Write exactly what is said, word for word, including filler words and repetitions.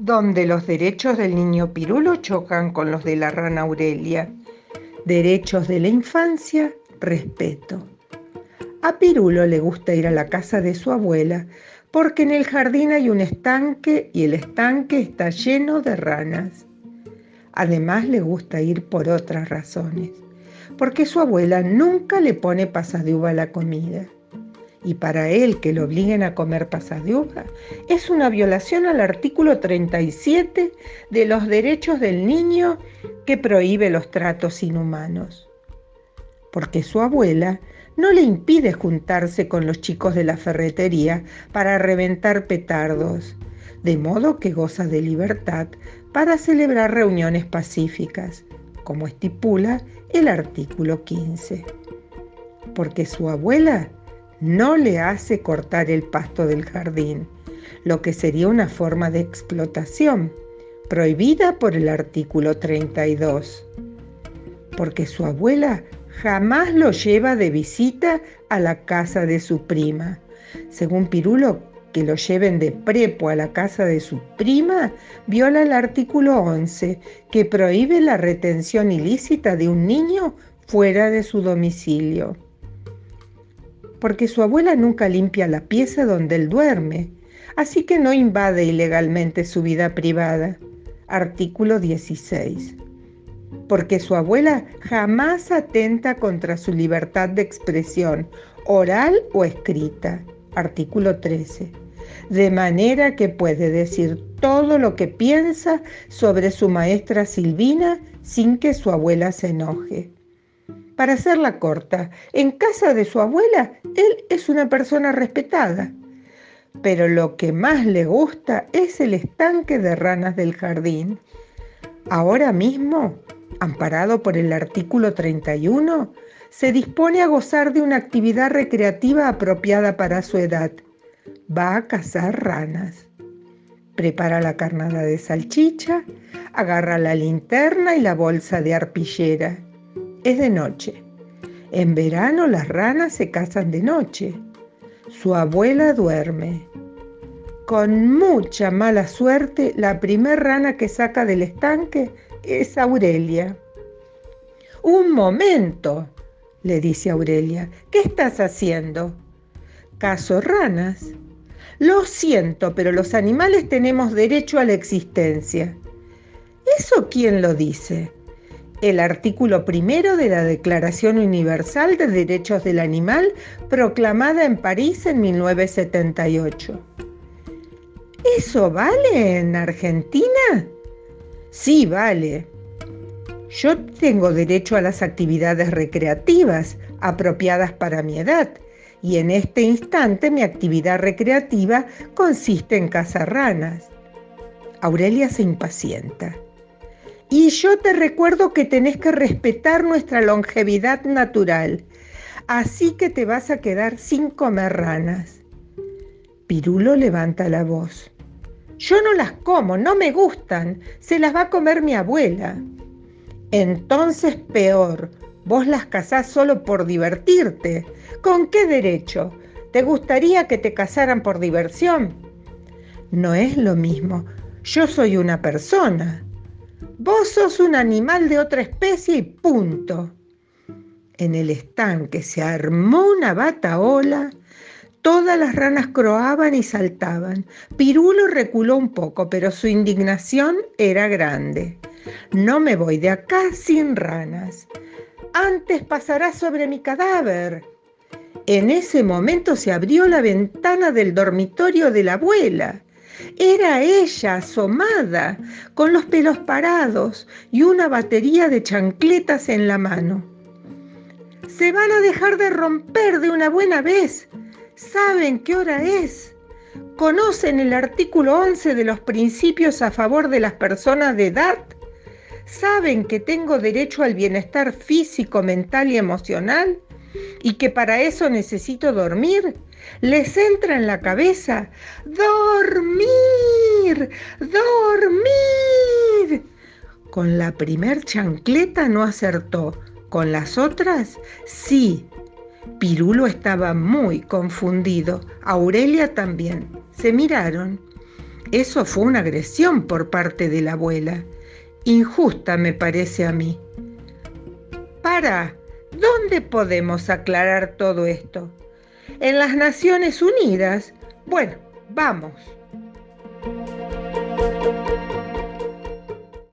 donde los derechos del niño Pirulo chocan con los de la rana Aurelia. Derechos de la infancia, respeto. A Pirulo le gusta ir a la casa de su abuela porque en el jardín hay un estanque y el estanque está lleno de ranas. Además le gusta ir por otras razones, porque su abuela nunca le pone pasas de uva a la comida. Y para él que lo obliguen a comer pasas de uva es una violación al artículo treinta y siete de los derechos del niño que prohíbe los tratos inhumanos. Porque su abuela no le impide juntarse con los chicos de la ferretería para reventar petardos, de modo que goza de libertad para celebrar reuniones pacíficas, como estipula el artículo quince. Porque su abuela no le hace cortar el pasto del jardín, lo que sería una forma de explotación, prohibida por el artículo treinta y dos. Porque su abuela jamás lo lleva de visita a la casa de su prima. Según Pirulo, que lo lleven de prepo a la casa de su prima viola el artículo once, que prohíbe la retención ilícita de un niño fuera de su domicilio. Porque su abuela nunca limpia la pieza donde él duerme, así que no invade ilegalmente su vida privada. Artículo dieciséis. Porque su abuela jamás atenta contra su libertad de expresión, oral o escrita. Artículo trece. De manera que puede decir todo lo que piensa sobre su maestra Silvina sin que su abuela se enoje. Para hacerla corta, en casa de su abuela, él es una persona respetada. Pero lo que más le gusta es el estanque de ranas del jardín. Ahora mismo, amparado por el artículo treinta y uno, se dispone a gozar de una actividad recreativa apropiada para su edad. Va a cazar ranas. Prepara la carnada de salchicha, agarra la linterna y la bolsa de arpillera. Es de noche. En verano las ranas se cazan de noche. Su abuela duerme. Con mucha mala suerte, la primer rana que saca del estanque es Aurelia. «Un momento», le dice Aurelia, «¿qué estás haciendo?» «Cazo ranas». «Lo siento, pero los animales tenemos derecho a la existencia». «¿Eso quién lo dice?» «El artículo primero de la Declaración Universal de Derechos del Animal, proclamada en París en mil novecientos setenta y ocho». ¿Eso vale en Argentina? Sí, vale. Yo tengo derecho a las actividades recreativas apropiadas para mi edad, y en este instante mi actividad recreativa consiste en cazar ranas. Aurelia se impacienta. Y yo te recuerdo que tenés que respetar nuestra longevidad natural, así que te vas a quedar sin comer ranas. Pirulo levanta la voz. Yo no las como, no me gustan, se las va a comer mi abuela. Entonces peor, vos las cazás solo por divertirte. ¿Con qué derecho? ¿Te gustaría que te cazaran por diversión? No es lo mismo, yo soy una persona. Vos sos un animal de otra especie y punto. En el estanque se armó una batahola. Todas las ranas croaban y saltaban. Pirulo reculó un poco, pero su indignación era grande. No me voy de acá sin ranas. Antes pasarás sobre mi cadáver. En ese momento se abrió la ventana del dormitorio de la abuela. Era ella asomada, con los pelos parados y una batería de chancletas en la mano. «Se van a dejar de romper de una buena vez. ¿Saben qué hora es? ¿Conocen el artículo once de los principios a favor de las personas de edad? ¿Saben que tengo derecho al bienestar físico, mental y emocional? ¿Y que para eso necesito dormir? Les entra en la cabeza, ¡dormir! ¡Dormir! Con la primer chancleta no acertó, con las otras sí. Pirulo estaba muy confundido, Aurelia también. Se miraron. Eso fue una agresión por parte de la abuela. Injusta me parece a mí. Para, ¿dónde podemos aclarar todo esto? En las Naciones Unidas. Bueno, vamos.